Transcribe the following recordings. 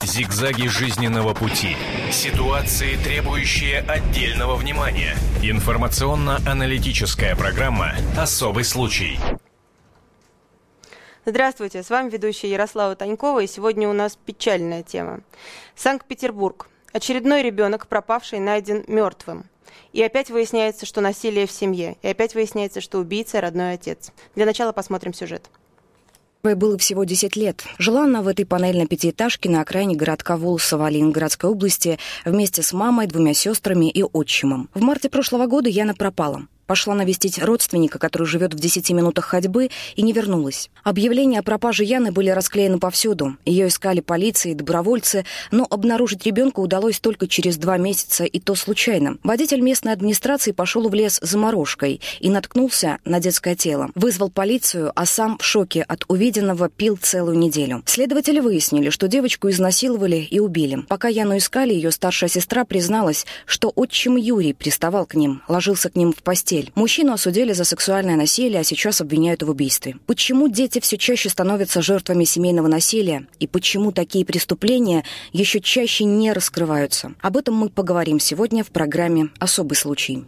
Зигзаги жизненного пути. Ситуации, требующие отдельного внимания. Информационно-аналитическая программа «Особый случай». Здравствуйте, с вами ведущая Ярослава Танькова, и сегодня у нас печальная тема. Санкт-Петербург. Очередной ребенок, пропавший, найден мертвым. И опять выясняется, что насилие в семье. И опять выясняется, что убийца – родной отец. Для начала посмотрим сюжет. Ей было всего 10 лет. Жила она в этой панельной пятиэтажке на окраине городка Волосово Ленинградской области вместе с мамой, 2 сестрами и отчимом. В марте прошлого года Яна пропала. Пошла навестить родственника, который живет в 10 минутах ходьбы, и не вернулась. Объявления о пропаже Яны были расклеены повсюду. Ее искали полиция и добровольцы, но обнаружить ребенка удалось только через 2 месяца, и то случайно. Водитель местной администрации пошел в лес за морожкой и наткнулся на детское тело. Вызвал полицию, а сам в шоке от увиденного пил целую неделю. Следователи выяснили, что девочку изнасиловали и убили. Пока Яну искали, ее старшая сестра призналась, что отчим Юрий приставал к ним, ложился к ним в постель. Мужчину осудили за сексуальное насилие, а сейчас обвиняют в убийстве. Почему дети все чаще становятся жертвами семейного насилия? И почему такие преступления еще чаще не раскрываются? Об этом мы поговорим сегодня в программе «Особый случай».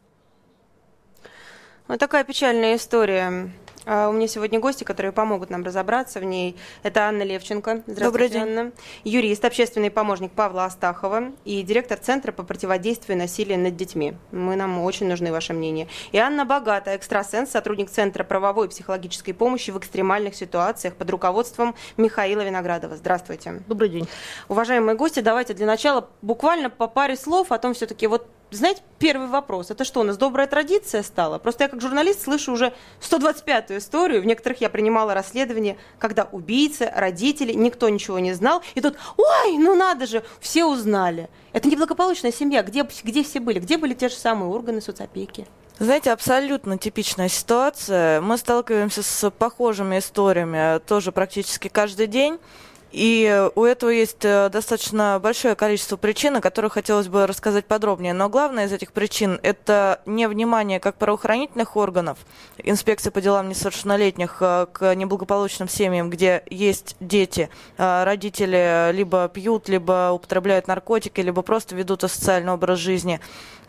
Вот такая печальная история. У меня сегодня гости, которые помогут нам разобраться в ней. Это Анна Левченко. Здравствуйте, Добрый день. Анна. Юрист, общественный помощник Павла Астахова и директор Центра по противодействию насилию над детьми. Нам очень нужны ваше мнение. И Анна Богатая, экстрасенс, сотрудник Центра правовой и психологической помощи в экстремальных ситуациях под руководством Михаила Виноградова. Здравствуйте. Добрый день. Уважаемые гости, давайте для начала буквально по паре слов о том все-таки знаете, первый вопрос. Это что, у нас добрая традиция стала? Просто я как журналист слышу уже 125-ю историю. В некоторых я принимала расследование, когда убийцы, родители, никто ничего не знал. И тут, ой, ну надо же, все узнали. Это неблагополучная семья. Где все были? Где были те же самые органы соцопеки? Знаете, абсолютно типичная ситуация. Мы сталкиваемся с похожими историями тоже практически каждый день. И у этого есть достаточно большое количество причин, о которых хотелось бы рассказать подробнее. Но главная из этих причин – это невнимание как правоохранительных органов, инспекции по делам несовершеннолетних, к неблагополучным семьям, где есть дети, родители либо пьют, либо употребляют наркотики, либо просто ведут асоциальный образ жизни.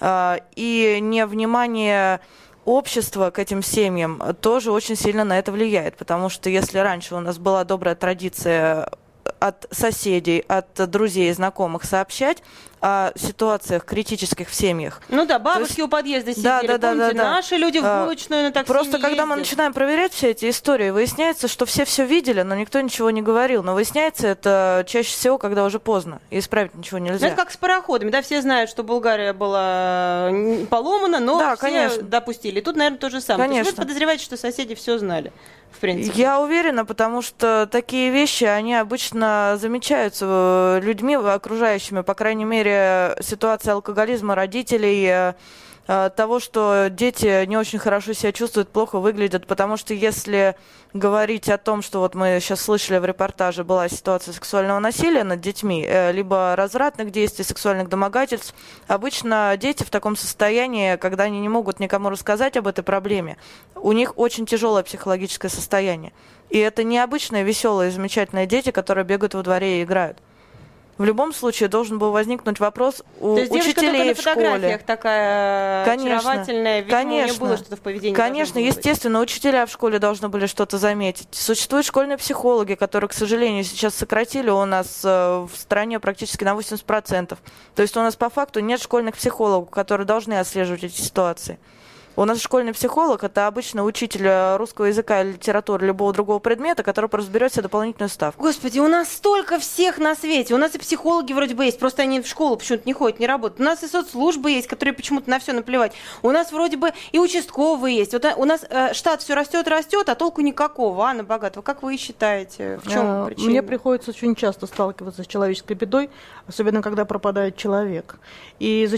И невнимание общество к этим семьям тоже очень сильно на это влияет, потому что если раньше у нас была добрая традиция от соседей, от друзей и знакомых сообщать о ситуациях критических в семьях. Ну да, бабушки у подъезда сидели, помните, наши люди в булочную на такси Просто не когда ездят. мы начинаем проверять все эти истории, выясняется, что все видели, но никто ничего не говорил. Но выясняется это чаще всего, когда уже поздно, и исправить ничего нельзя. Ну, это как с пароходами, да, все знают, что Болгария была поломана, но да, все конечно. допустили. И тут, наверное, то же самое. Конечно. То есть вы подозреваете, что соседи все знали, в принципе? Я уверена, потому что такие вещи, они обычно замечаются людьми, окружающими, по крайней мере, ситуация алкоголизма родителей, того, что дети не очень хорошо себя чувствуют, плохо выглядят, потому что если говорить о том, что вот мы сейчас слышали в репортаже, была ситуация сексуального насилия над детьми, либо развратных действий, сексуальных домогательств, обычно дети в таком состоянии, когда они не могут никому рассказать об этой проблеме, у них очень тяжелое психологическое состояние. И это необычные, веселые, замечательные дети, которые бегают во дворе и играют. В любом случае должен был возникнуть вопрос у учителей в школе. То есть девочка только на фотографиях такая очаровательная, видимо, у нее было что-то в поведении. Конечно, естественно, учителя в школе должны были что-то заметить. Существуют школьные психологи, которые, к сожалению, сейчас сократили у нас в стране практически на 80%. То есть у нас по факту нет школьных психологов, которые должны отслеживать эти ситуации. У нас школьный психолог – это обычно учитель русского языка или литературы любого другого предмета, который разберет себе дополнительную ставку. Господи, у нас столько всех на свете. У нас и психологи вроде бы есть, просто они в школу почему-то не ходят, не работают. У нас и соцслужбы есть, которые почему-то на все наплевать. У нас вроде бы и участковые есть. Вот у нас штат все растет, а толку никакого. Анна Богатова, как вы считаете, в чем причина? Мне приходится очень часто сталкиваться с человеческой бедой, особенно когда пропадает человек. И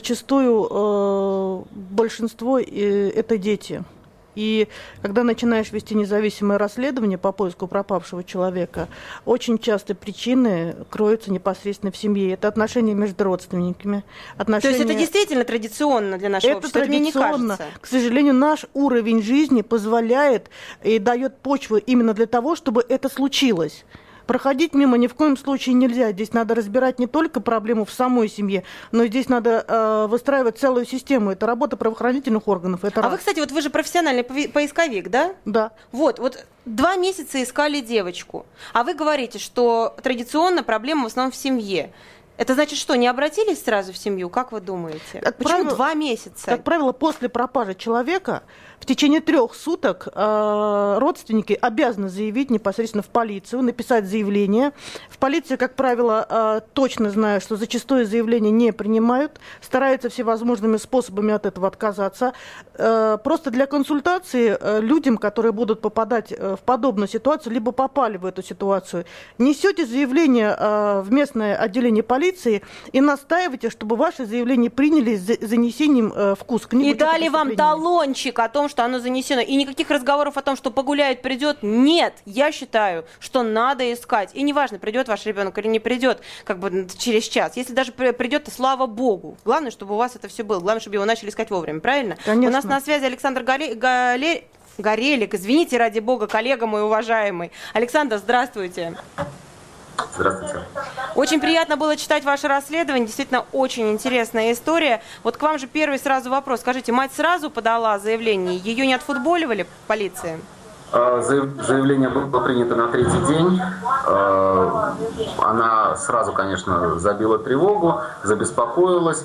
зачастую большинство это дети. И когда начинаешь вести независимое расследование по поиску пропавшего человека, очень часто причины кроются непосредственно в семье. Это отношения между родственниками. То есть это действительно традиционно для нашего общества? Это традиционно. К сожалению, наш уровень жизни позволяет и дает почву именно для того, чтобы это случилось. Проходить мимо ни в коем случае нельзя. Здесь надо разбирать не только проблему в самой семье, но и здесь надо выстраивать целую систему. Это работа правоохранительных органов. Это вы, кстати, вот вы же профессиональный поисковик, да? Да. Вот 2 месяца искали девочку, а вы говорите, что традиционно проблема в основном в семье. Это значит, что, не обратились сразу в семью? Как вы думаете? Почему 2 месяца? Как правило, после пропажи человека в течение 3 суток родственники обязаны заявить непосредственно в полицию, написать заявление. В полиции, как правило, точно знают, что зачастую заявления не принимают, стараются всевозможными способами от этого отказаться. Просто для консультации людям, которые будут попадать в подобную ситуацию, либо попали в эту ситуацию, несете заявление в местное отделение полиции и настаивайте, чтобы ваше заявление приняли с занесением в КУС. И дали вам талончик о том, что оно занесено. И никаких разговоров о том, что погуляет, придет, нет. Я считаю, что надо искать. И неважно, придет ваш ребенок или не придет через час. Если даже придет, то слава богу. Главное, чтобы у вас это все было. Главное, чтобы его начали искать вовремя. Правильно? Конечно. У нас на связи Александр Горелик. Извините, ради бога, коллега мой уважаемый. Александр, здравствуйте. Здравствуйте. Очень приятно было читать ваше расследование. Действительно, очень интересная история. Вот к вам же первый сразу вопрос. Скажите, мать сразу подала заявление? Ее не отфутболивали в полиции? Заявление было принято на 3-й день. Она сразу, конечно, забила тревогу, забеспокоилась.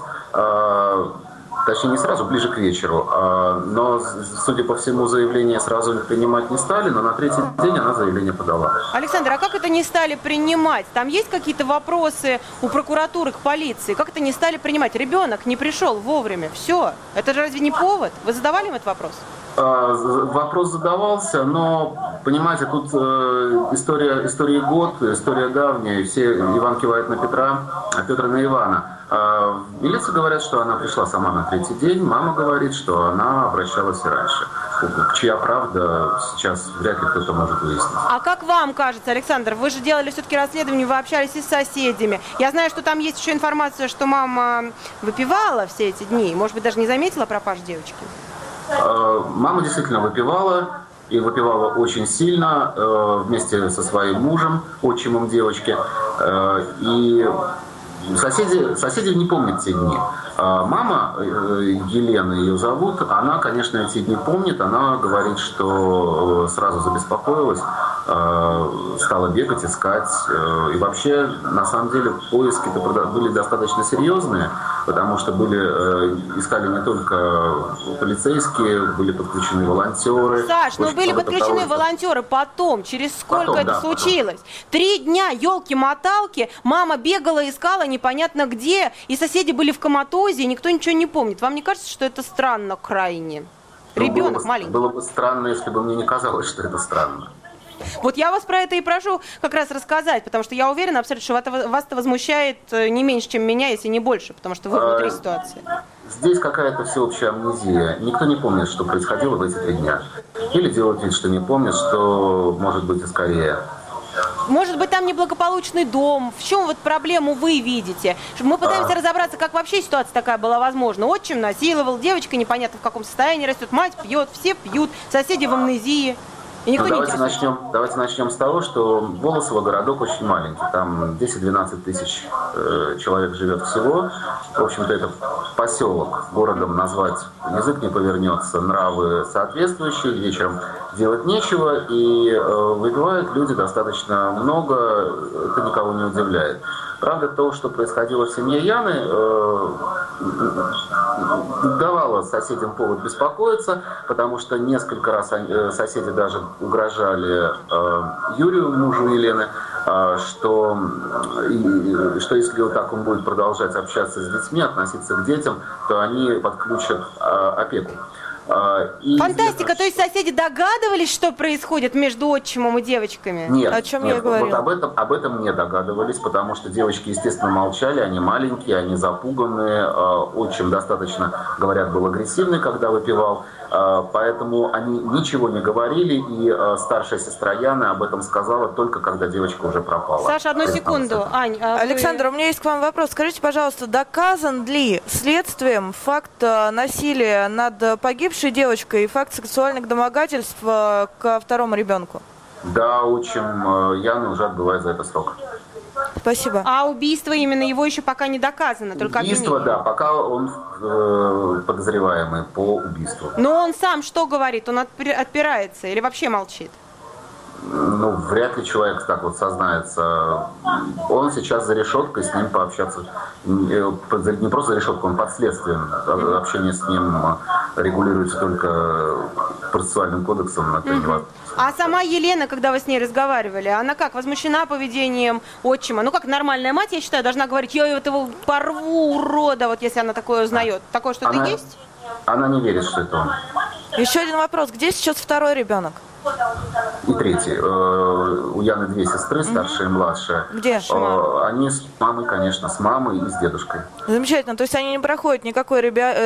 Точнее, не сразу, ближе к вечеру. Но, судя по всему, заявление сразу принимать не стали, но на 3-й день она заявление подала. Александр, а как это не стали принимать? Там есть какие-то вопросы у прокуратуры к полиции? Как это не стали принимать? Ребенок не пришел вовремя. Все. Это же разве не повод? Вы задавали им этот вопрос? Вопрос задавался, но, понимаете, тут история год, история давняя, все Иван кивает на Петра, а Петр на Ивана. В милиции говорят, что она пришла сама на 3-й день, мама говорит, что она обращалась и раньше. Чья правда, сейчас вряд ли кто-то может выяснить. А как вам кажется, Александр, вы же делали все-таки расследование, вы общались и с соседями. Я знаю, что там есть еще информация, что мама выпивала все эти дни, может быть, даже не заметила пропажу девочки? Мама действительно выпивала, и выпивала очень сильно, вместе со своим мужем, отчимом девочки. И соседи не помнят те дни. Мама, Елена ее зовут, она, конечно, эти дни помнит. Она говорит, что сразу забеспокоилась, стала бегать, искать. И вообще, на самом деле, поиски-то были достаточно серьезные, потому что искали не только полицейские, были подключены волонтеры. Саш, были подключены волонтеры потом, через сколько это случилось? 3 дня, елки-моталки, мама бегала, искала непонятно где, и соседи были в коматозе, и никто ничего не помнит. Вам не кажется, что это странно крайне? Ребенок маленький. Было бы странно, если бы мне не казалось, что это странно. Вот я вас про это и прошу как раз рассказать, потому что я уверена абсолютно, что вас-то возмущает не меньше, чем меня, если не больше, потому что вы внутри ситуации. Здесь какая-то всеобщая амнезия. Никто не помнит, что происходило в эти 3 дня. Или делают вид, что не помнят, что может быть и скорее. Может быть, там неблагополучный дом. В чем вот проблему вы видите? Мы пытаемся разобраться, как вообще ситуация такая была возможна. Отчим насиловал, девочка непонятно в каком состоянии растет, мать пьет, все пьют, соседи в амнезии. И никто не интересуется. Давайте начнем с того, что Волосово городок очень маленький. Там 10-12 тысяч человек живет всего. В общем-то, это поселок. Городом назвать язык не повернется. Нравы соответствующие. Вечером делать нечего. И выпивают люди достаточно много. Это никого не удивляет. Правда, то, что происходило в семье Яны, давало соседям повод беспокоиться, потому что несколько раз соседи даже угрожали Юрию, мужу Елены, что если вот так он будет продолжать общаться с детьми, относиться к детям, то они подключат опеку. Фантастика, то есть соседи догадывались, что происходит между отчимом и девочками? Нет, о чем я говорила? Вот об этом не догадывались, потому что девочки, естественно, молчали, они маленькие, они запуганные, отчим достаточно, говорят, был агрессивный, когда выпивал, поэтому они ничего не говорили, и старшая сестра Яны об этом сказала только когда девочка уже пропала. Саша, одну секунду. Ань, Александр, у меня есть к вам вопрос. Скажите, пожалуйста, доказан ли следствием факт насилия над погибшей девочкой и факт сексуальных домогательств ко второму ребенку? Да, отчим Яны уже отбывает за это срок. Спасибо. А убийство именно его еще пока не доказано, только убийство, обвинение. да, пока он подозреваемый по убийству. Но он сам что говорит? Он отпирается или вообще молчит? Ну, вряд ли человек так вот сознается. Он сейчас за решеткой, с ним пообщаться. Не просто за решеткой, он под следствием. Общение с ним регулируется только процессуальным кодексом, например. А сама Елена, когда вы с ней разговаривали, она как, возмущена поведением отчима? Ну, как нормальная мать, я считаю, должна говорить: я этого порву, урода, вот если она такое узнает. Такое что-то есть? Она не верит, что это он. Еще один вопрос. Где сейчас второй ребенок? И третий. У Яны две сестры, старшая и младшая. Где? Они с мамой, конечно, с мамой и с дедушкой. Замечательно. То есть они не проходят никакой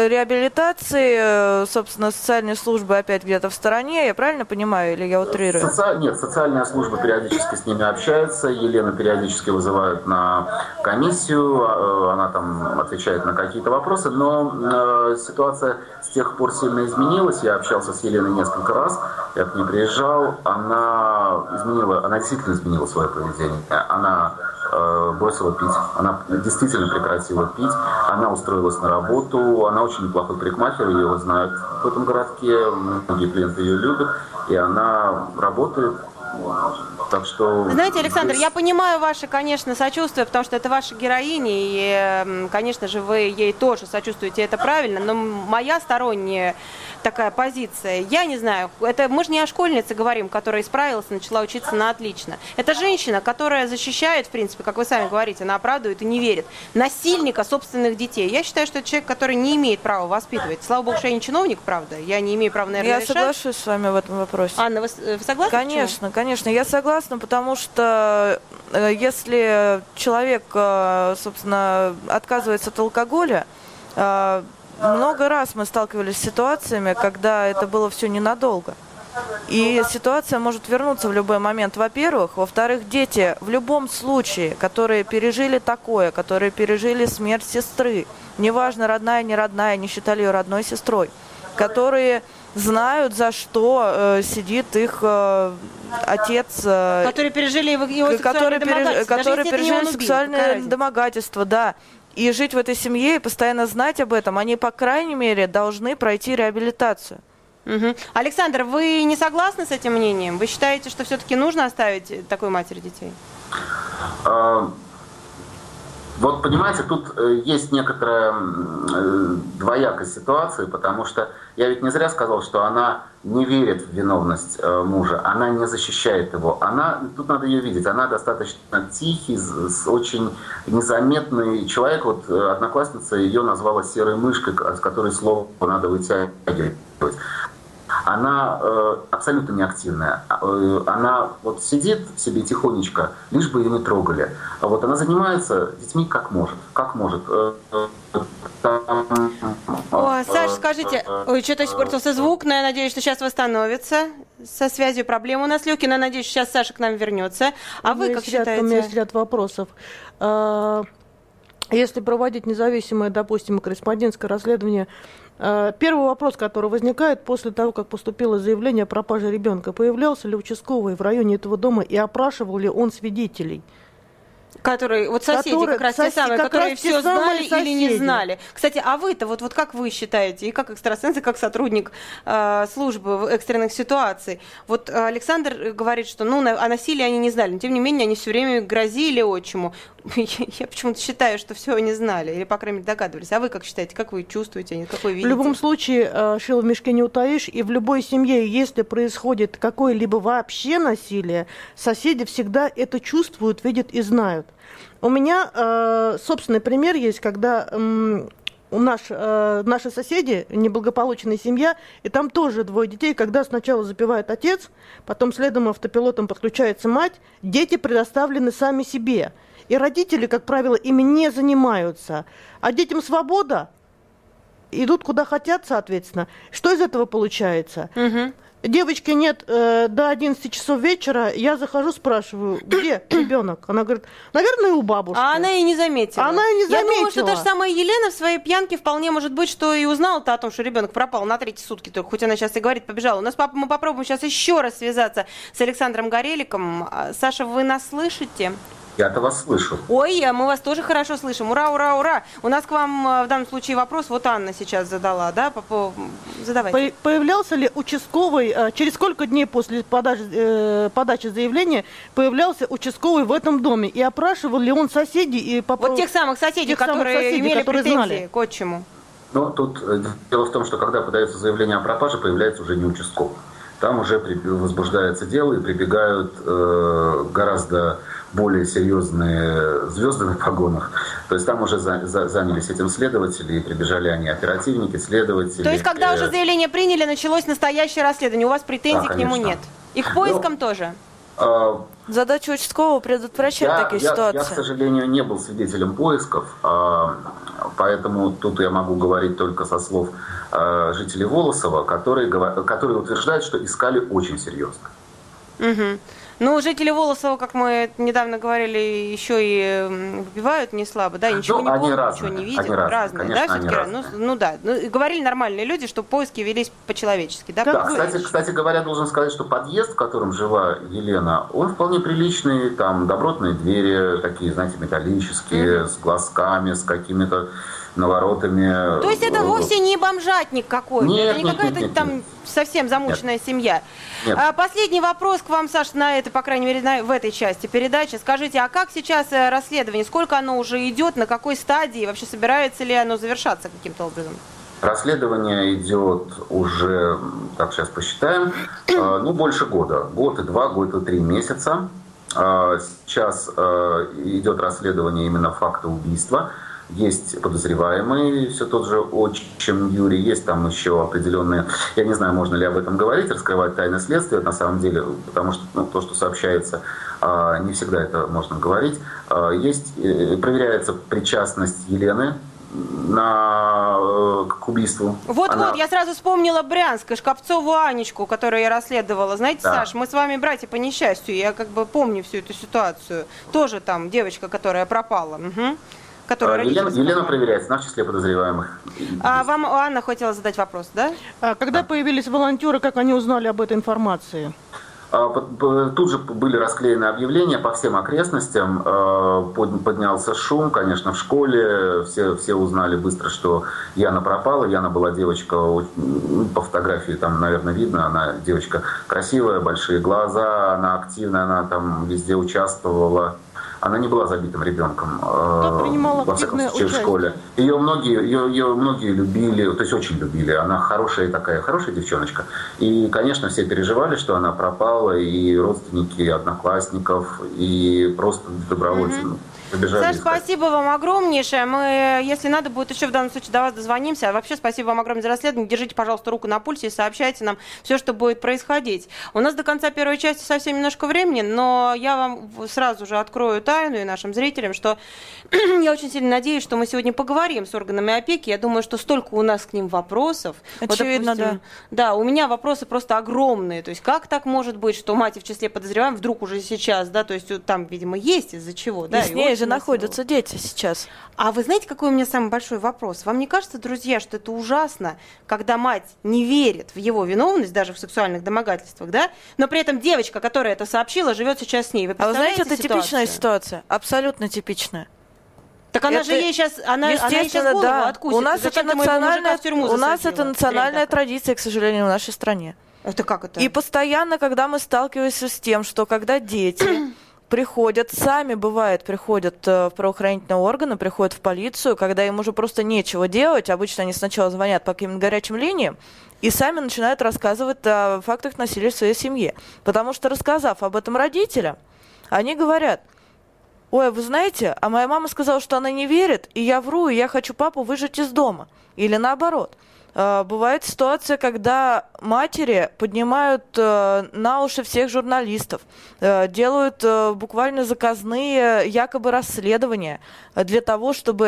реабилитации, собственно, социальной службы опять где-то в стороне, я правильно понимаю, или я утрирую? Нет, социальная служба периодически с ними общается, Елену периодически вызывают на комиссию, она там отвечает на какие-то вопросы, но ситуация с тех пор сильно изменилась. Я общался с Еленой несколько раз, я к ней приезжал, она действительно изменила свое поведение. Она бросила пить, она действительно прекратила пить, она устроилась на работу, она очень неплохой парикмахер, ее знают в этом городке, многие клиенты ее любят, и она работает. Так что... Знаете, Александр, я понимаю ваше, конечно, сочувствие, потому что это ваша героиня, и, конечно же, вы ей тоже сочувствуете, это правильно, но моя сторонняя такая позиция, я не знаю, это мы же не о школьнице говорим, которая исправилась, начала учиться на отлично. Это женщина, которая защищает, в принципе, как вы сами говорите, она оправдывает и не верит, насильника собственных детей. Я считаю, что это человек, который не имеет права воспитывать. Слава богу, что я не чиновник, правда, я не имею права, наверное, решать. Я соглашусь с вами в этом вопросе. Анна, вы согласны? Конечно, конечно, я согласна, потому что если человек, собственно, отказывается от алкоголя, много раз мы сталкивались с ситуациями, когда это было все ненадолго. И ситуация может вернуться в любой момент, во-первых. Во-вторых, дети в любом случае, которые пережили такое, которые пережили смерть сестры, неважно, родная, не родная, не считали ее родной сестрой, которые знают, за что сидит их отец. Которые пережили его сексуальное домогательство. Которые пережили сексуальное домогательство, да. И жить в этой семье и постоянно знать об этом, они, по крайней мере, должны пройти реабилитацию. Угу. Александр, вы не согласны с этим мнением? Вы считаете, что все-таки нужно оставить такой матери детей? Вот, понимаете, тут есть некоторая двоякость ситуации, потому что я ведь не зря сказал, что она не верит в виновность мужа, она не защищает его. Тут надо ее видеть, она достаточно тихий, очень незаметный человек. Вот одноклассница ее назвала серой мышкой, с которой слово надо вытягивать. Она абсолютно неактивная. Она вот сидит себе тихонечко, лишь бы ее не трогали. А вот она занимается детьми как может. О, Саш, скажите, что-то испортился звук, но я надеюсь, что сейчас восстановится. Со связью проблемы у нас легкие, но я надеюсь, что сейчас Саша к нам вернется. А вы как считаете? У меня есть ряд вопросов. Если проводить независимое, допустим, корреспондентское расследование, первый вопрос, который возникает после того, как поступило заявление о пропаже ребенка: появлялся ли участковый в районе этого дома и опрашивал ли он свидетелей? Которые, вот соседи как раз те самые, которые все знали или не знали. Кстати, а вы-то, вот как вы считаете, и как экстрасенс, и как сотрудник службы экстренных ситуаций, вот Александр говорит, что о насилии они не знали, но тем не менее они все время грозили отчиму. Я почему-то считаю, что все они знали, или, по крайней мере, догадывались. А вы как считаете, как вы чувствуете, как вы видите? В любом случае, шило в мешке не утаишь, и в любой семье, если происходит какое-либо вообще насилие, соседи всегда это чувствуют, видят и знают. У меня собственный пример есть, когда наши соседи, неблагополучная семья, и там тоже двое детей, когда сначала запивает отец, потом следом автопилотом подключается мать, дети предоставлены сами себе. И родители, как правило, ими не занимаются. А детям свобода, идут куда хотят, соответственно. Что из этого получается? Девочки нет до 11 часов вечера. Я захожу, спрашиваю, где ребенок? Она говорит, наверное, у бабушки. А она и не заметила. Она и не Я думаю, заметила. что та же самая Елена в своей пьянке вполне может быть, что и узнала-то о том, что ребенок пропал на 3 сутки, только хоть она сейчас и говорит, побежала. Мы попробуем сейчас еще раз связаться с Александром Гореликом. Саша, вы нас слышите? Я-то вас слышу. Ой, мы вас тоже хорошо слышим. Ура, ура, ура. У нас к вам в данном случае вопрос. Вот Анна сейчас задала, да? Задавайте. Появлялся ли участковый, через сколько дней после подачи заявления появлялся участковый в этом доме? И опрашивал ли он соседей? И вот тех самых соседей, которые имели претензии знали к отчиму. Ну, тут дело в том, что когда подается заявление о пропаже, появляется уже не участковый. Там уже возбуждается дело и прибегают гораздо более серьезные звезды на погонах. То есть там уже занялись этим следователи, и прибежали они, оперативники, следователи. То есть когда уже заявление приняли, началось настоящее расследование, у вас претензий к нему нет? И к поискам тоже? Задача участкового предотвращать такие ситуации. Я, к сожалению, не был свидетелем поисков, поэтому тут я могу говорить только со слов жителей Волосова, которые утверждают, что искали очень серьезно. Угу. Ну, жители Волосова, как мы недавно говорили, еще и выпивают не слабо, да, ничего не помнят, ничего не видят, разные, конечно, да, все-таки, и говорили нормальные люди, что поиски велись по-человечески, да? Да, кстати говоря, должен сказать, что подъезд, в котором жила Елена, он вполне приличный, там добротные двери, такие, знаете, металлические, с глазками, с какими-то наворотами. То есть это вовсе не бомжатник какой-то, это не какая-то там совсем замученная семья. Нет. Последний вопрос к вам, Саша, на это, по крайней мере, в этой части передачи. Скажите, а как сейчас расследование, сколько оно уже идет, на какой стадии, вообще собирается ли оно завершаться каким-то образом? Расследование идет уже, так сейчас посчитаем, больше года. Год и 2, год и 3 месяца. Сейчас идет расследование именно факта убийства. Есть подозреваемый, все тот же отчим Юрий, есть там еще определенные, я не знаю, можно ли об этом говорить, раскрывать тайны следствия, на самом деле, потому что то, что сообщается, не всегда это можно говорить. Проверяется причастность Елены к убийству. Вот-вот, я сразу вспомнила Брянск, Шкапцову Анечку, которую я расследовала. Знаете, да. Саш, мы с вами братья по несчастью, я как бы помню всю эту ситуацию. Тоже там девочка, которая пропала. Угу. Елена проверяется, она в числе подозреваемых. Вам Анна хотела задать вопрос, да? Когда появились волонтеры, как они узнали об этой информации? Тут же были расклеены объявления по всем окрестностям, поднялся шум, конечно, в школе, все узнали быстро, что Яна пропала. Яна была девочка, по фотографии там, наверное, видно, она девочка красивая, большие глаза, она активная, она там везде участвовала. Она не была забитым ребенком, во всяком случае, в школе. Ее многие любили, то есть очень любили. Она хорошая девчоночка. И, конечно, все переживали, что она пропала, и родственники одноклассников, и просто добровольцы. Саш, спасибо вам огромнейшее. Мы, если надо будет, еще в данном случае до вас дозвонимся. А вообще, спасибо вам огромное за расследование. Держите, пожалуйста, руку на пульсе и сообщайте нам все, что будет происходить. У нас до конца первой части совсем немножко времени, но я вам сразу же открою тайну и нашим зрителям, что я очень сильно надеюсь, что мы сегодня поговорим с органами опеки. Я думаю, что столько у нас к ним вопросов. Очевидно, вот, допустим, да. У меня вопросы просто огромные. То есть, как так может быть, что мать в числе подозреваемых вдруг уже сейчас, да, то есть там, видимо, есть из-за чего, да. Же находятся дети сейчас. А вы знаете, какой у меня самый большой вопрос? Вам не кажется, друзья, что это ужасно, когда мать не верит в его виновность, даже в сексуальных домогательствах, да? Но при этом девочка, которая это сообщила, живет сейчас с ней. Вы знаете, это типичная ситуация, абсолютно типичная. Так она же ей сейчас, она сейчас голову откусит. У нас это национальная традиция, к сожалению, в нашей стране. Это как это? И постоянно, когда мы сталкиваемся с тем, что когда дети приходят в правоохранительные органы, приходят в полицию, когда им уже просто нечего делать. Обычно они сначала звонят по каким-то горячим линиям и сами начинают рассказывать о фактах насилия в своей семье. Потому что, рассказав об этом родителям, они говорят: ой, вы знаете, а моя мама сказала, что она не верит, и я вру, и я хочу папу выжать из дома. Или наоборот. Бывает ситуация, когда матери поднимают на уши всех журналистов, делают буквально заказные якобы расследования для того, чтобы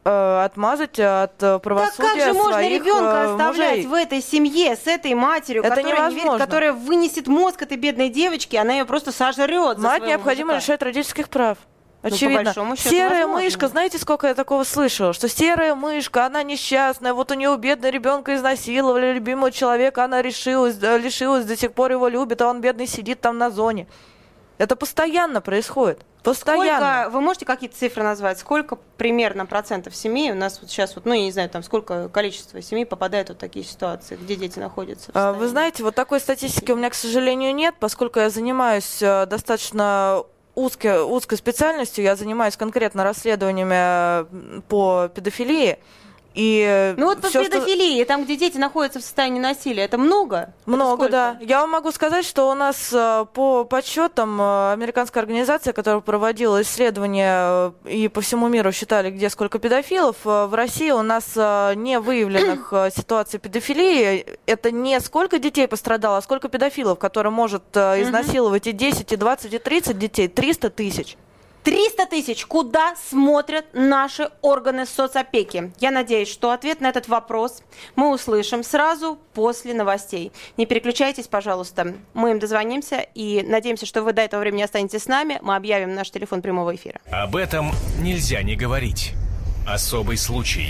отмазать от правосудия Так как же можно своих ребенка оставлять мужей. в этой семье с этой матерью, Это которая не верит, невозможно. которая вынесет мозг этой бедной девочки, она ее просто сожрет. Мать необходимо лишать родительских прав. по Очевидно. большому счету, Серая возможно. мышка, знаете, сколько я такого слышала? Что серая мышка, она несчастная, вот у нее бедный ребенка изнасиловали, любимого человека, она лишилась, до сих пор его любит, а он бедный сидит там на зоне. Это постоянно происходит. Постоянно. Сколько, вы можете какие-то цифры назвать? Сколько примерно процентов семей у нас вот сейчас, вот, ну, я не знаю, там, сколько количество семей попадает в такие ситуации, где дети находятся? Вы знаете, вот такой статистики у меня, к сожалению, нет, поскольку я занимаюсь достаточно узкой специальностью, я занимаюсь конкретно расследованиями по педофилии. И ну вот по всё, педофилии, там, где дети находятся в состоянии насилия, это много? Много, это да. Я вам могу сказать, что у нас по подсчетам американская организация, которая проводила исследования и по всему миру считали, где сколько педофилов, в России у нас не выявленных ситуаций педофилии. Это не сколько детей пострадало, а сколько педофилов, который может изнасиловать и 10, и 20, и 30 детей. 300 тысяч. 300 тысяч. Куда смотрят наши органы соцопеки? Я надеюсь, что ответ на этот вопрос мы услышим сразу после новостей. Не переключайтесь, пожалуйста. Мы им дозвонимся и надеемся, что вы до этого времени останетесь с нами. Мы объявим наш телефон прямого эфира. Об этом нельзя не говорить. Особый случай.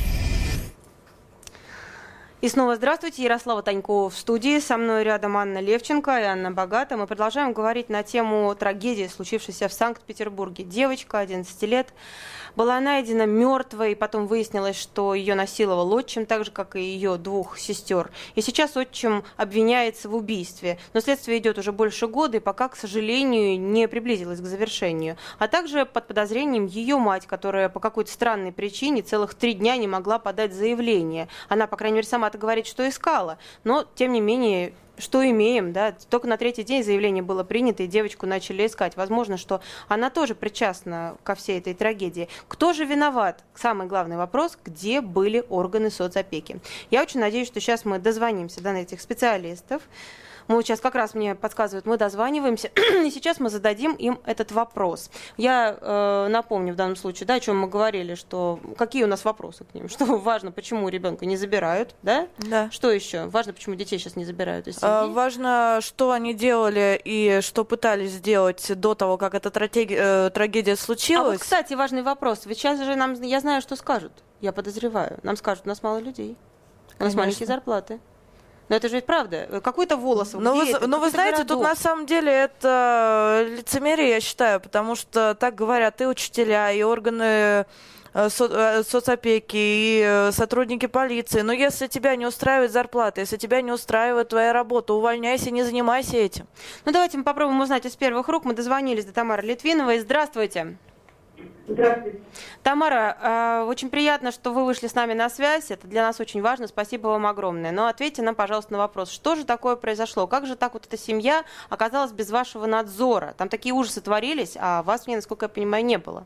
И снова здравствуйте. Ярослава Танько в студии. Со мной рядом Анна Левченко и Анна Богата. Мы продолжаем говорить на тему трагедии, случившейся в Санкт-Петербурге. Девочка, 11 лет, была найдена мертвой, потом выяснилось, что ее насиловал отчим, так же, как и ее двух сестер. И сейчас отчим обвиняется в убийстве. Но следствие идет уже больше года и пока, к сожалению, не приблизилось к завершению. А также под подозрением ее мать, которая по какой-то странной причине целых 3 дня не могла подать заявление. Она, по крайней мере, сама-то говорит, что искала. Но, тем не менее, что имеем, да? Только на 3-й день заявление было принято, и девочку начали искать. Возможно, что она тоже причастна ко всей этой трагедии. Кто же виноват? Самый главный вопрос, где были органы соцопеки? Я очень надеюсь, что сейчас мы дозвонимся до этих специалистов. Мы вот сейчас как раз мне подсказывают, мы дозваниваемся, и сейчас мы зададим им этот вопрос. Я напомню в данном случае, да, о чем мы говорили, что какие у нас вопросы к ним, что важно, почему ребенка не забирают, да? Да. Что еще? Важно, почему детей сейчас не забирают из семьи. Важно, что они делали и что пытались сделать до того, как эта трагедия случилась. А вот, кстати, важный вопрос. Ведь сейчас же нам, я знаю, что скажут, я подозреваю. Нам скажут, у нас мало людей, у нас маленькие зарплаты. Но это же ведь правда. Какой-то Волосов. Но вы знаете, тут на самом деле это лицемерие, я считаю, потому что так говорят и учителя, и органы соцопеки, и сотрудники полиции. Но если тебя не устраивает зарплата, если тебя не устраивает твоя работа, увольняйся, не занимайся этим. Ну давайте мы попробуем узнать из первых рук. Мы дозвонились до Тамары Литвиновой. Здравствуйте. Здравствуйте. Тамара, очень приятно, что вы вышли с нами на связь. Это для нас очень важно. Спасибо вам огромное. Но ответьте нам, пожалуйста, на вопрос. Что же такое произошло? Как же так вот эта семья оказалась без вашего надзора? Там такие ужасы творились, а вас в ней, насколько я понимаю, не было.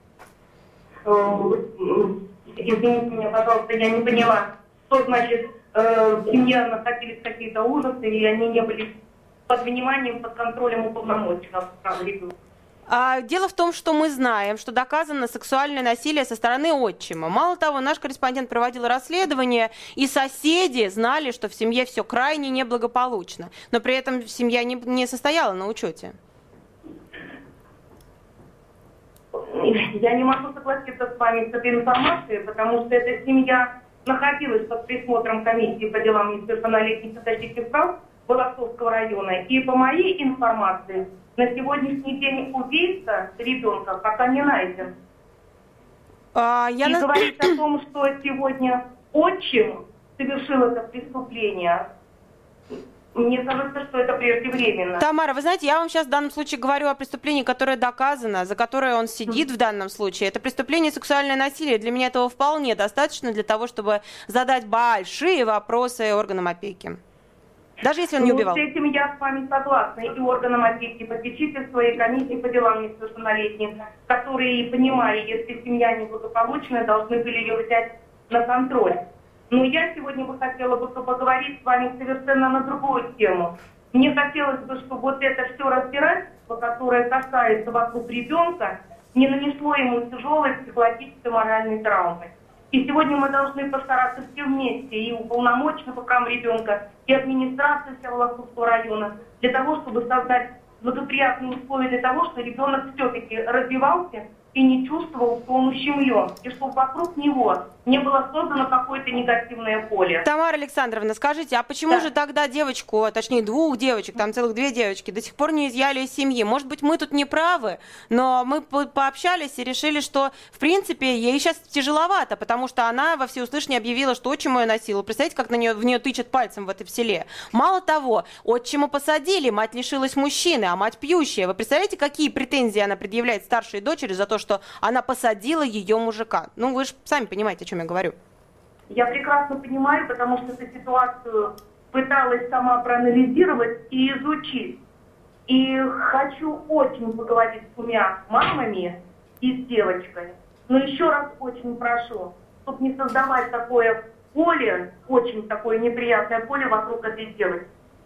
Извините меня, пожалуйста, я не поняла, что значит в семье находились какие-то ужасы, и они не были под вниманием, под контролем уполномоченного. Дело в том, что мы знаем, что доказано сексуальное насилие со стороны отчима. Мало того, наш корреспондент проводил расследование, и соседи знали, что в семье все крайне неблагополучно. Но при этом семья не состояла на учете. Я не могу согласиться с вами с этой информацией, потому что эта семья находилась под присмотром комиссии по делам несовершеннолетних и защите прав Волосковского района. И по моей информации, на сегодняшний день убийца ребенка пока не найден. Говорить о том, что сегодня отчим совершил это преступление, мне кажется, что это преждевременно. Тамара, вы знаете, я вам сейчас в данном случае говорю о преступлении, которое доказано, за которое он сидит в данном случае. Это преступление сексуальное насилие. Для меня этого вполне достаточно для того, чтобы задать большие вопросы органам опеки. Даже если он не убивал. С этим я с вами согласна. И органам опеки, попечительства, и комиссии по делам несовершеннолетних, которые, понимая, если семья неблагополучная, должны были ее взять на контроль. Но я сегодня бы хотела бы поговорить с вами совершенно на другую тему. Мне хотелось бы, чтобы вот это все разбирательство, которое касается вокруг ребенка, не нанесло ему тяжелой психологической моральной травмы. И сегодня мы должны постараться все вместе, и уполномоченный по правам ребенка, и администрация Вологодского района, для того, чтобы создать благоприятные условия для того, чтобы ребенок все-таки развивался и не чувствовал, что он ущемлен, и чтобы вокруг него не было создано какое-то негативное поле. Тамара Александровна, скажите, а почему же тогда девочку, точнее 2 девочек, там целых 2 девочки, до сих пор не изъяли из семьи? Может быть, мы тут не правы, но мы пообщались и решили, что, в принципе, ей сейчас тяжеловато, потому что она во всеуслышание объявила, что отчим ее насиловал. Представляете, как в нее тычет пальцем в этой селе? Мало того, отчима посадили, мать лишилась мужчины, а мать пьющая. Вы представляете, какие претензии она предъявляет старшей дочери за то, что она посадила ее мужика? Ну, вы же сами понимаете, о чем я говорю. Я прекрасно понимаю, потому что эту ситуацию пыталась сама проанализировать и изучить. И хочу очень поговорить с 2 мамами и с девочкой. Но еще раз очень прошу, чтобы не создавать такое поле, очень такое неприятное поле вокруг этой девочки.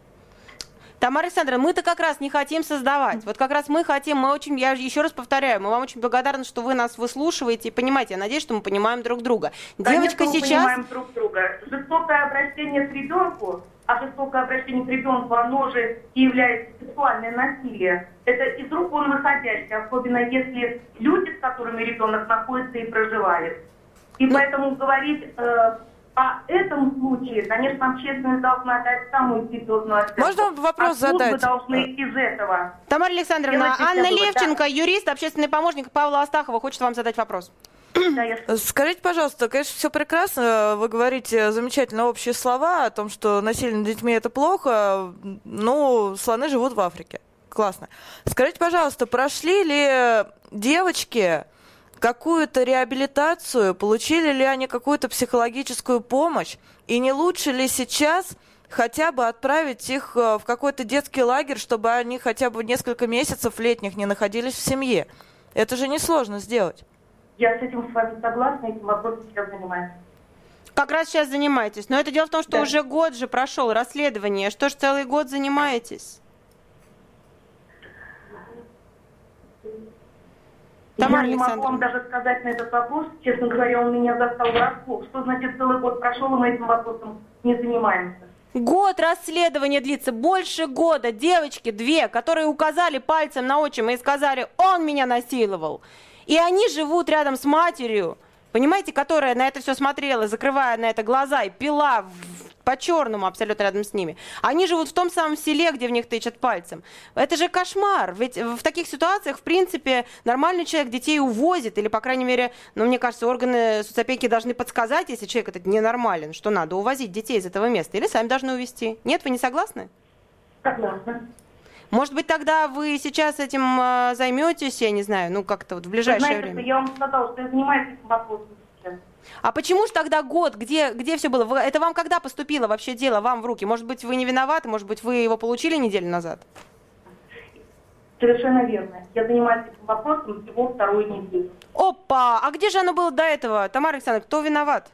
Тамара Александровна, мы-то как раз не хотим создавать. Вот как раз мы хотим, я еще раз повторяю, мы вам очень благодарны, что вы нас выслушиваете и понимаете. Я надеюсь, что мы понимаем друг друга. Конечно, мы понимаем друг друга. Жестокое обращение к ребенку, а жестокое обращение к ребенку, оно же и является сексуальное насилие. Это из рук вон выходящее, особенно если люди, с которыми ребенок находится и проживает. И поэтому говорить... О этом случае, конечно, общественность должна дать самую серьезную оценку. Можно вопрос задать? Мы должны из этого. Тамара Александровна, Анна Левченко, юрист, общественный помощник Павла Астахова, хочет вам задать вопрос. Скажите, пожалуйста, конечно, все прекрасно, вы говорите замечательно общие слова о том, что насилие над детьми это плохо, ну, слоны живут в Африке. Классно. Скажите, пожалуйста, прошли ли девочки какую-то реабилитацию, получили ли они какую-то психологическую помощь, и не лучше ли сейчас хотя бы отправить их в какой-то детский лагерь, чтобы они хотя бы несколько месяцев летних не находились в семье? Это же несложно сделать. Я с этим с вами согласна, этим вопросом сейчас занимаюсь. Как раз сейчас занимаетесь. Но это дело в том, что уже год же прошел расследование. Что ж целый год занимаетесь? Я не могу вам даже сказать на этот вопрос. Честно говоря, он меня застал врасплох. Что значит целый год прошел, и мы этим вопросом не занимаемся? Год расследования длится, больше года. Девочки 2, которые указали пальцем на отчима и сказали, он меня насиловал. И они живут рядом с матерью, понимаете, которая на это все смотрела, закрывая на это глаза и пила по-черному абсолютно рядом с ними. Они живут в том самом селе, где в них тычат пальцем. Это же кошмар. Ведь в таких ситуациях, в принципе, нормальный человек детей увозит, или, по крайней мере, мне кажется, органы соцопеки должны подсказать, если человек этот ненормален, что надо увозить детей из этого места, или сами должны увезти. Нет, вы не согласны? Согласна. Может быть, тогда вы сейчас этим займетесь, я не знаю, как-то вот в ближайшее время? Я вам сказала, что я занимаюсь этим вопросом сейчас. А почему же тогда год? Где все было? Это вам когда поступило вообще дело вам в руки? Может быть, вы не виноваты? Может быть, вы его получили неделю назад? Совершенно верно. Я занимаюсь этим вопросом всего 2-ю неделю. Опа! А где же оно было до этого? Тамара Александровна, кто виноват?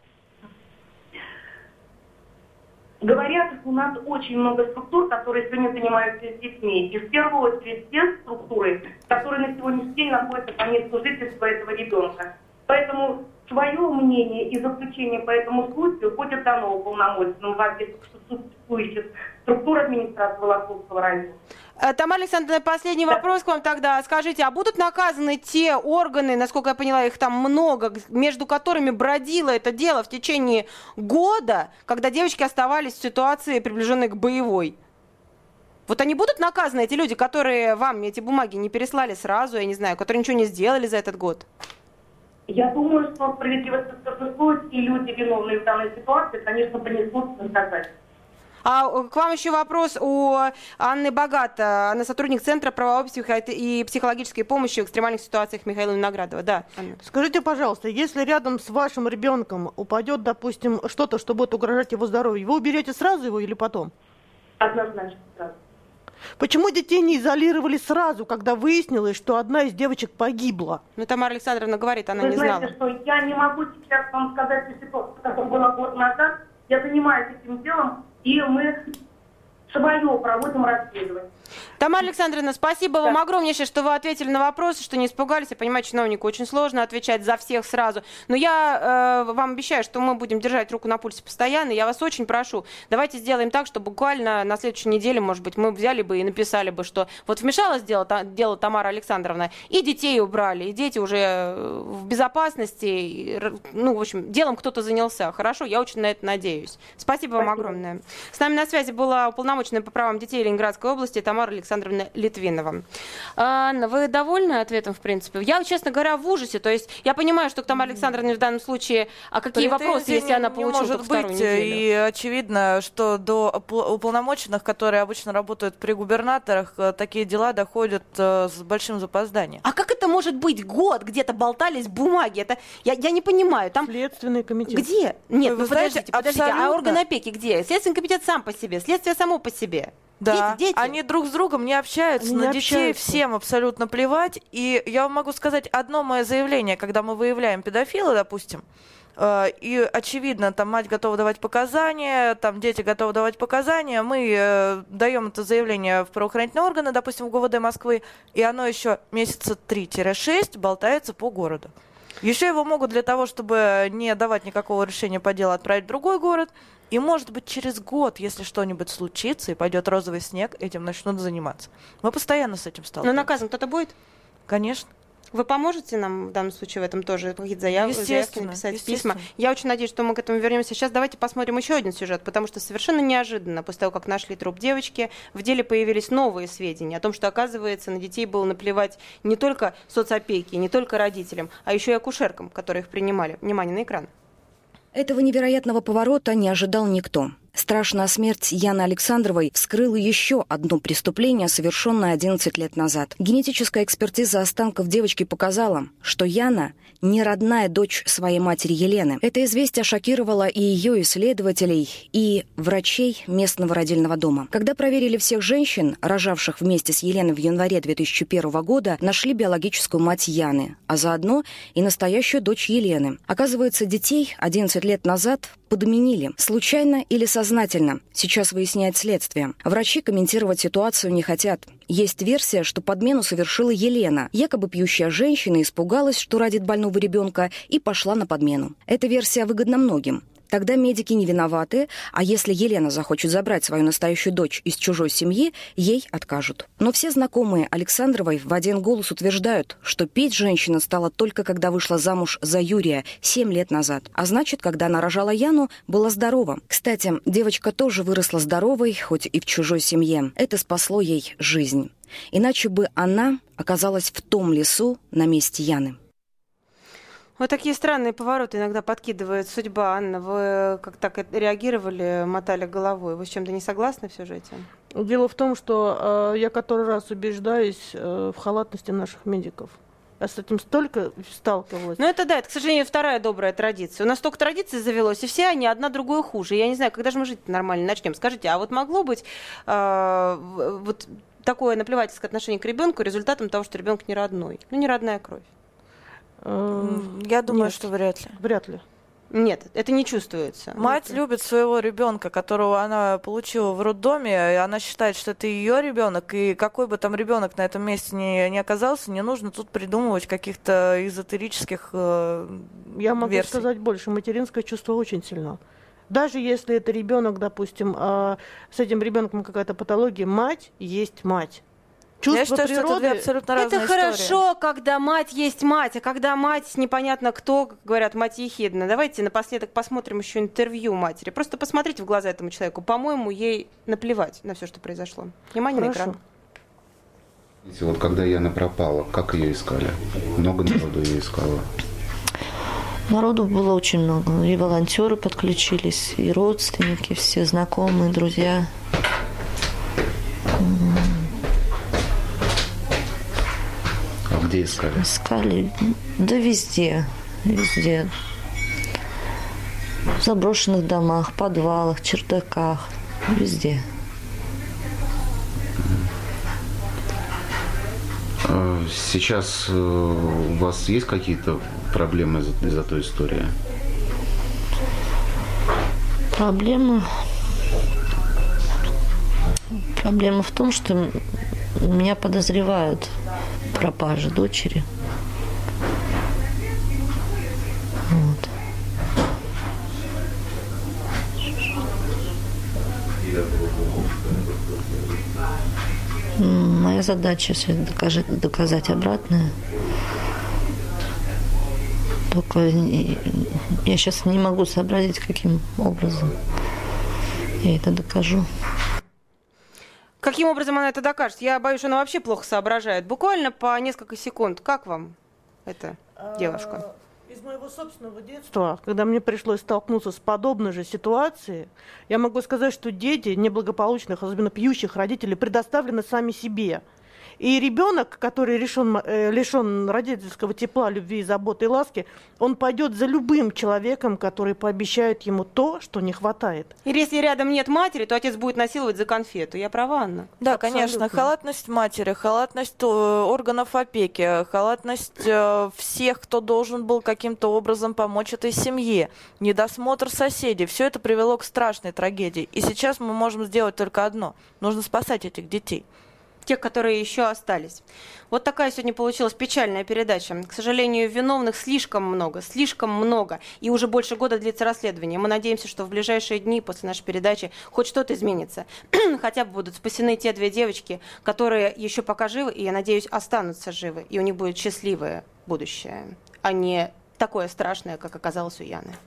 Говорят, у нас очень много структур, которые сегодня занимаются с детьми. И в первую очередь те структуры, которые на сегодняшний день находятся по месту жительства этого ребенка. Поэтому свое мнение и заключение по этому случаю будет дано уполномоченному в адрес существующих структур администрации Вологодского района. Тамара Александровна, последний вопрос к вам тогда. Скажите, а будут наказаны те органы, насколько я поняла, их там много, между которыми бродило это дело в течение года, когда девочки оставались в ситуации, приближенной к боевой? Вот они будут наказаны, эти люди, которые вам эти бумаги не переслали сразу, я не знаю, которые ничего не сделали за этот год? Я думаю, что справедливость торжествует, и люди, виновные в данной ситуации, конечно, понесут наказание. А к вам еще вопрос у Анны Богато. Она сотрудник Центра правовой и психологической помощи в экстремальных ситуациях Михаила Виноградова. Да, Анна. Скажите, пожалуйста, если рядом с вашим ребенком упадет, допустим, что-то, что будет угрожать его здоровью, вы уберете сразу его или потом? Однозначно сразу. Почему детей не изолировали сразу, когда выяснилось, что одна из девочек погибла? Тамара Александровна говорит, она Вы не знаете, знала. Что я не могу сейчас вам сказать, что ситуация, которая была год назад. Я занимаюсь этим делом, и мы свое, проводим расследование. Тамара Александровна, спасибо вам огромнейшее, что вы ответили на вопросы, что не испугались. Я понимаю, чиновнику очень сложно отвечать за всех сразу. Но я вам обещаю, что мы будем держать руку на пульсе постоянно. Я вас очень прошу, давайте сделаем так, что буквально на следующей неделе, может быть, мы взяли бы и написали бы, что вот вмешалось дело Тамара Александровна, и детей убрали, и дети уже в безопасности. Ну, в общем, делом кто-то занялся. Хорошо, я очень на это надеюсь. Спасибо вам огромное. С нами на связи была уполномоченная по правам детей Ленинградской области Тамара Александровна Литвинова. Анна, вы довольны ответом, в принципе? Я, честно говоря, в ужасе. То есть я понимаю, что к Тамаре Александровне в данном случае, а какие вопросы, если она получила только вторую неделю? И очевидно, что до уполномоченных, которые обычно работают при губернаторах, такие дела доходят с большим запозданием. А как это может быть? Год где-то болтались бумаги. Это я не понимаю. Там Следственный комитет. Где? Нет, вы знаете, подождите. абсолютно. А орган опеки где? Следственный комитет сам по себе, следствие само по себе. Да, дети. Они друг с другом не общаются, Они на не детей общаются. всем абсолютно плевать. И я вам могу сказать одно мое заявление, когда мы выявляем педофила, допустим, и очевидно, там мать готова давать показания, там дети готовы давать показания, мы даем это заявление в правоохранительные органы, допустим, в ГУВД Москвы, и оно еще месяца 3-6 болтается по городу. Еще его могут для того, чтобы не давать никакого решения по делу, отправить в другой город. И, может быть, через год, если что-нибудь случится и пойдет розовый снег, этим начнут заниматься. Мы постоянно с этим сталкиваемся. Но наказан кто-то будет? Конечно. Вы поможете нам в данном случае в этом тоже какие-то заявки написать, письма? Я очень надеюсь, что мы к этому вернемся. Сейчас давайте посмотрим еще один сюжет, потому что совершенно неожиданно, после того, как нашли труп девочки, в деле появились новые сведения о том, что, оказывается, на детей было наплевать не только соцопеки, не только родителям, а еще и акушеркам, которые их принимали. Внимание на экран. Этого невероятного поворота не ожидал никто. Страшная смерть Яны Александровой вскрыла еще одно преступление, совершенное 11 лет назад. Генетическая экспертиза останков девочки показала, что Яна не родная дочь своей матери Елены. Это известие шокировало и ее исследователей, и врачей местного родильного дома. Когда проверили всех женщин, рожавших вместе с Еленой в январе 2001 года, нашли биологическую мать Яны, а заодно и настоящую дочь Елены. Оказывается, детей 11 лет назад подменили. Случайно или сознательно? Сейчас выясняет следствие. Врачи комментировать ситуацию не хотят. Есть версия, что подмену совершила Елена. Якобы пьющая женщина испугалась, что родит больного ребенка, и пошла на подмену. Эта версия выгодна многим. Тогда медики не виноваты, а если Елена захочет забрать свою настоящую дочь из чужой семьи, ей откажут. Но все знакомые Александровой в один голос утверждают, что пить женщина стала только когда вышла замуж за Юрия 7 лет назад. А значит, когда она рожала Яну, была здорова. Кстати, девочка тоже выросла здоровой, хоть и в чужой семье. Это спасло ей жизнь. Иначе бы она оказалась в том лесу на месте Яны. Вот такие странные повороты иногда подкидывает судьба. Анна, вы как так реагировали, мотали головой? Вы с чем-то не согласны в сюжете? Дело в том, что я который раз убеждаюсь в халатности наших медиков. Я с этим столько сталкивалась. Ну это да, это, к сожалению, вторая добрая традиция. У нас столько традиций завелось, и все они одна другой хуже. Я не знаю, когда же мы жить нормально начнем. Скажите, а вот могло быть вот такое наплевательское отношение к ребенку результатом того, что ребенок не родной? Ну, не родная кровь. Я думаю, Нет, что вряд ли. Вряд ли. Нет, это не чувствуется. Мать любит своего ребенка, которого она получила в роддоме, и она считает, что это ее ребенок, и какой бы там ребенок на этом месте не оказался, не нужно тут придумывать каких-то эзотерических Я могу версий. сказать больше. Материнское чувство очень сильно. Даже если это ребенок, допустим, с этим ребенком какая-то патология, мать есть мать. Чувство Я считаю, природы... что это две абсолютно разные Это истории. хорошо, когда мать есть мать, а когда мать непонятно кто, как говорят, мать ехидна. Давайте напоследок посмотрим еще интервью матери. Просто посмотрите в глаза этому человеку. По-моему, ей наплевать на все, что произошло. Внимание на экран. Вот когда Яна пропала, как ее искали? Много народу ее искало? Народу было очень много. И волонтеры подключились, и родственники, все знакомые, друзья. А где искали? Искали, да везде, везде. В заброшенных домах, подвалах, чердаках, везде. Сейчас у вас есть какие-то проблемы из-за той истории? Проблемы? Проблема в том, что меня подозревают в пропаже дочери. Вот. Моя задача сейчас доказать обратное. Только я сейчас не могу сообразить, каким образом я это докажу. Каким образом она это докажет? Я боюсь, что она вообще плохо соображает. Буквально по несколько секунд. Как вам эта девушка? Из моего собственного детства, когда мне пришлось столкнуться с подобной же ситуацией, я могу сказать, что дети неблагополучных, особенно пьющих родителей, предоставлены сами себе. И ребенок, который лишен родительского тепла, любви, заботы и ласки, он пойдет за любым человеком, который пообещает ему то, что не хватает. Или если рядом нет матери, то отец будет насиловать за конфету. Я права, Анна? Да, Абсолютно. конечно. Халатность матери, халатность органов опеки, халатность всех, кто должен был каким-то образом помочь этой семье, недосмотр соседей. Все это привело к страшной трагедии. И сейчас мы можем сделать только одно. Нужно спасать этих детей. Тех, которые еще остались. Вот такая сегодня получилась печальная передача. К сожалению, виновных слишком много, и уже больше года длится расследование. Мы надеемся, что в ближайшие дни после нашей передачи хоть что-то изменится. Хотя бы будут спасены те 2 девочки, которые еще пока живы, и, я надеюсь, останутся живы, и у них будет счастливое будущее, а не такое страшное, как оказалось у Яны.